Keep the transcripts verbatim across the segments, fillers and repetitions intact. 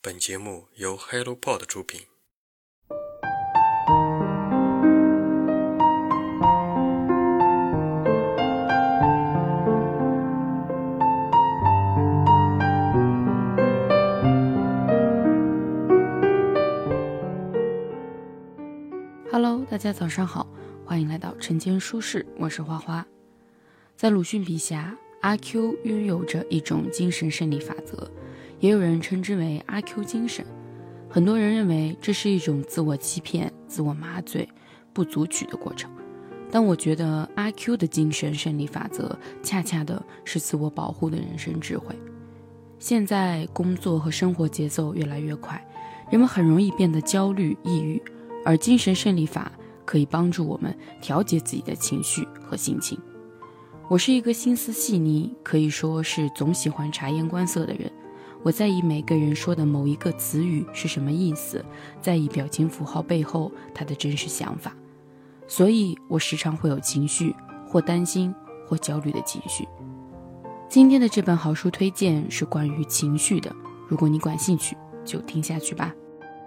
本节目由 HelloPod 出品。 Hello， 大家早上好，欢迎来到晨间书室，我是花花。在鲁迅笔下，阿 Q 拥有着一种精神胜利法则，也有人称之为阿 Q 精神。很多人认为这是一种自我欺骗、自我麻醉、不足取的过程，但我觉得阿 Q 的精神胜利法则恰恰的是自我保护的人生智慧。现在工作和生活节奏越来越快，人们很容易变得焦虑、抑郁，而精神胜利法可以帮助我们调节自己的情绪和心情。我是一个心思细腻，可以说是总喜欢察言观色的人。我在意每个人说的某一个词语是什么意思，在意表情符号背后他的真实想法，所以我时常会有情绪，或担心或焦虑的情绪。今天的这本好书推荐是关于情绪的，如果你感兴趣就听下去吧。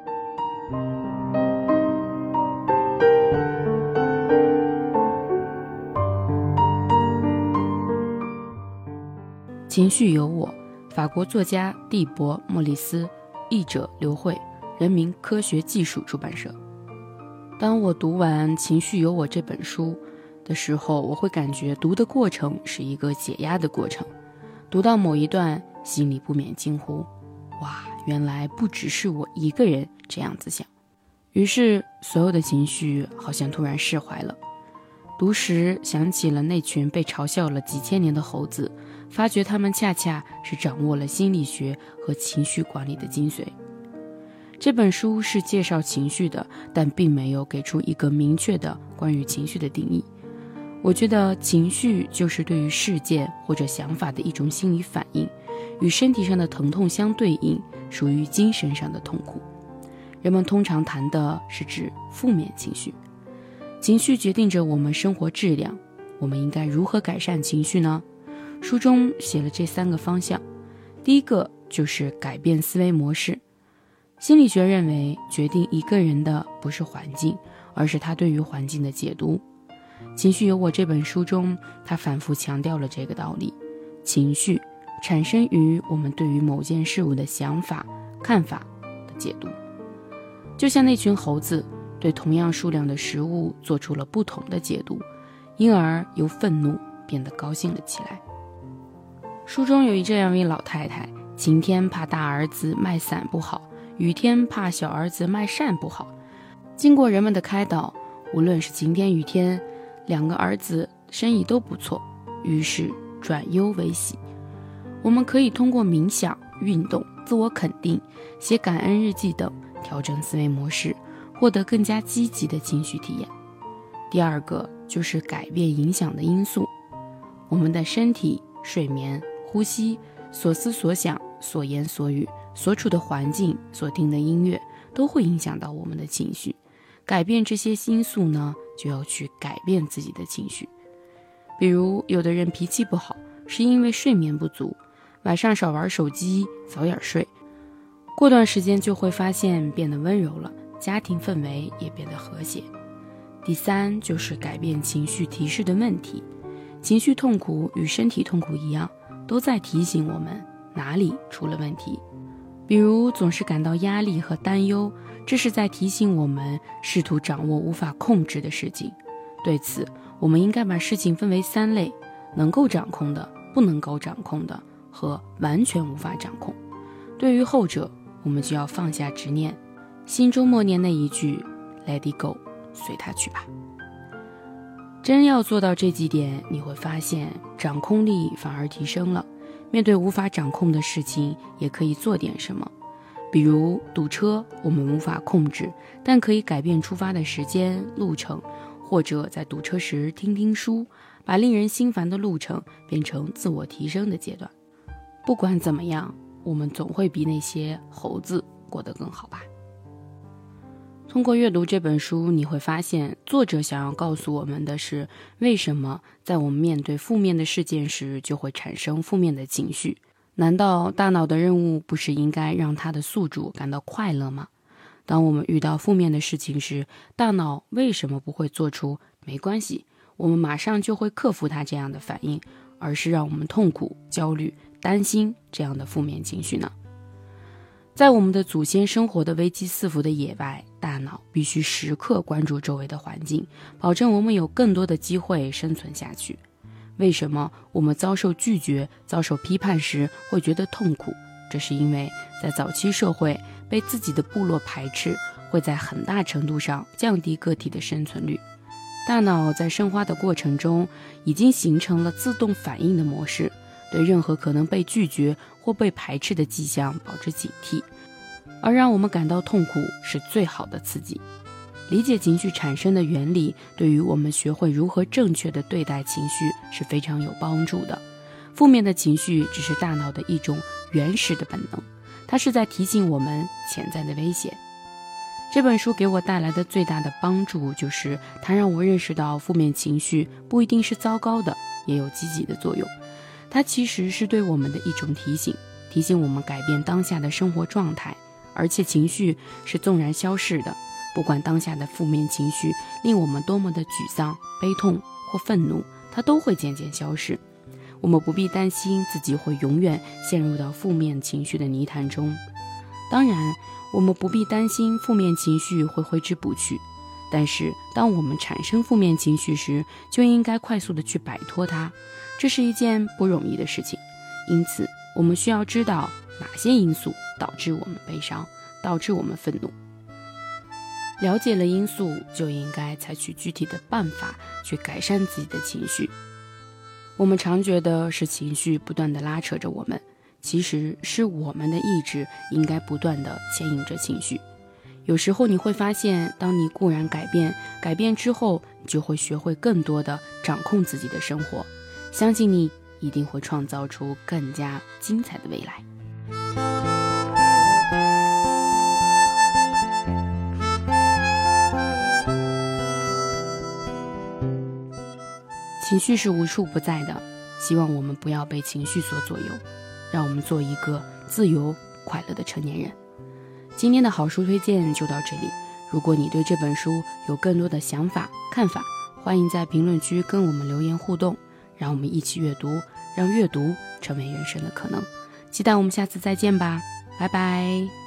情绪有我，法国作家蒂博·莫里斯，译者刘慧，人民科学技术出版社。当我读完《情绪有我》这本书的时候，我会感觉读的过程是一个解压的过程。读到某一段，心里不免惊呼：哇，原来不只是我一个人这样子想。于是，所有的情绪好像突然释怀了。读时想起了那群被嘲笑了几千年的猴子，发觉他们恰恰是掌握了心理学和情绪管理的精髓。这本书是介绍情绪的，但并没有给出一个明确的关于情绪的定义。我觉得情绪就是对于事件或者想法的一种心理反应，与身体上的疼痛相对应，属于精神上的痛苦。人们通常谈的是指负面情绪。情绪决定着我们生活质量，我们应该如何改善情绪呢？书中写了这三个方向。第一个就是改变思维模式。心理学认为，决定一个人的不是环境，而是他对于环境的解读。情绪有我这本书中，他反复强调了这个道理。情绪产生于我们对于某件事物的想法、看法的解读。就像那群猴子对同样数量的食物做出了不同的解读，因而由愤怒变得高兴了起来。书中有这样一位老太太，晴天怕大儿子卖伞不好，雨天怕小儿子卖扇不好。经过人们的开导，无论是晴天雨天，两个儿子生意都不错，于是转忧为喜。我们可以通过冥想、运动、自我肯定、写感恩日记等调整思维模式，获得更加积极的情绪体验。第二个就是改变影响的因素。我们的身体、睡眠、呼吸、所思所想、所言所语、所处的环境、所听的音乐，都会影响到我们的情绪。改变这些因素呢，就要去改变自己的情绪。比如，有的人脾气不好，是因为睡眠不足，晚上少玩手机，早点睡。过段时间就会发现变得温柔了，家庭氛围也变得和谐。第三就是改变情绪提示的问题。情绪痛苦与身体痛苦一样，都在提醒我们哪里出了问题。比如总是感到压力和担忧，这是在提醒我们试图掌握无法控制的事情。对此，我们应该把事情分为三类：能够掌控的、不能够掌控的和完全无法掌控。对于后者，我们就要放下执念，心中默念那一句 Let it go， 随它去吧。真要做到这几点，你会发现掌控力反而提升了。面对无法掌控的事情，也可以做点什么。比如堵车，我们无法控制，但可以改变出发的时间、路程，或者在堵车时听听书，把令人心烦的路程变成自我提升的阶段。不管怎么样，我们总会比那些猴子过得更好吧。通过阅读这本书，你会发现作者想要告诉我们的是，为什么在我们面对负面的事件时就会产生负面的情绪。 难道大脑的任务不是应该让它的宿主感到快乐吗？当我们遇到负面的事情时，大脑为什么不会做出没关系，我们马上就会克服它这样的反应，而是让我们痛苦、焦虑、担心这样的负面情绪呢？在我们的祖先生活的危机四伏的野外，大脑必须时刻关注周围的环境，保证我们有更多的机会生存下去。为什么我们遭受拒绝、遭受批判时会觉得痛苦？这是因为在早期社会，被自己的部落排斥会在很大程度上降低个体的生存率。大脑在深化的过程中已经形成了自动反应的模式，对任何可能被拒绝或被排斥的迹象保持警惕，而让我们感到痛苦是最好的刺激。理解情绪产生的原理，对于我们学会如何正确地对待情绪是非常有帮助的。负面的情绪只是大脑的一种原始的本能，它是在提醒我们潜在的危险。这本书给我带来的最大的帮助，就是它让我认识到负面情绪不一定是糟糕的，也有积极的作用。它其实是对我们的一种提醒，提醒我们改变当下的生活状态，而且情绪是纵然消逝的，不管当下的负面情绪令我们多么的沮丧、悲痛或愤怒，它都会渐渐消逝。我们不必担心自己会永远陷入到负面情绪的泥潭中。当然，我们不必担心负面情绪会挥之不去，但是当我们产生负面情绪时，就应该快速的去摆脱它，这是一件不容易的事情。因此，我们需要知道哪些因素导致我们悲伤，导致我们愤怒。了解了因素，就应该采取具体的办法去改善自己的情绪。我们常觉得是情绪不断地拉扯着我们，其实是我们的意志应该不断地牵引着情绪。有时候你会发现，当你固然改变，改变之后，你就会学会更多地掌控自己的生活。相信你一定会创造出更加精彩的未来。情绪是无处不在的，希望我们不要被情绪所左右，让我们做一个自由快乐的成年人。今天的好书推荐就到这里，如果你对这本书有更多的想法看法，欢迎在评论区跟我们留言互动，让我们一起阅读，让阅读成为人生的可能。期待我们下次再见吧，拜拜。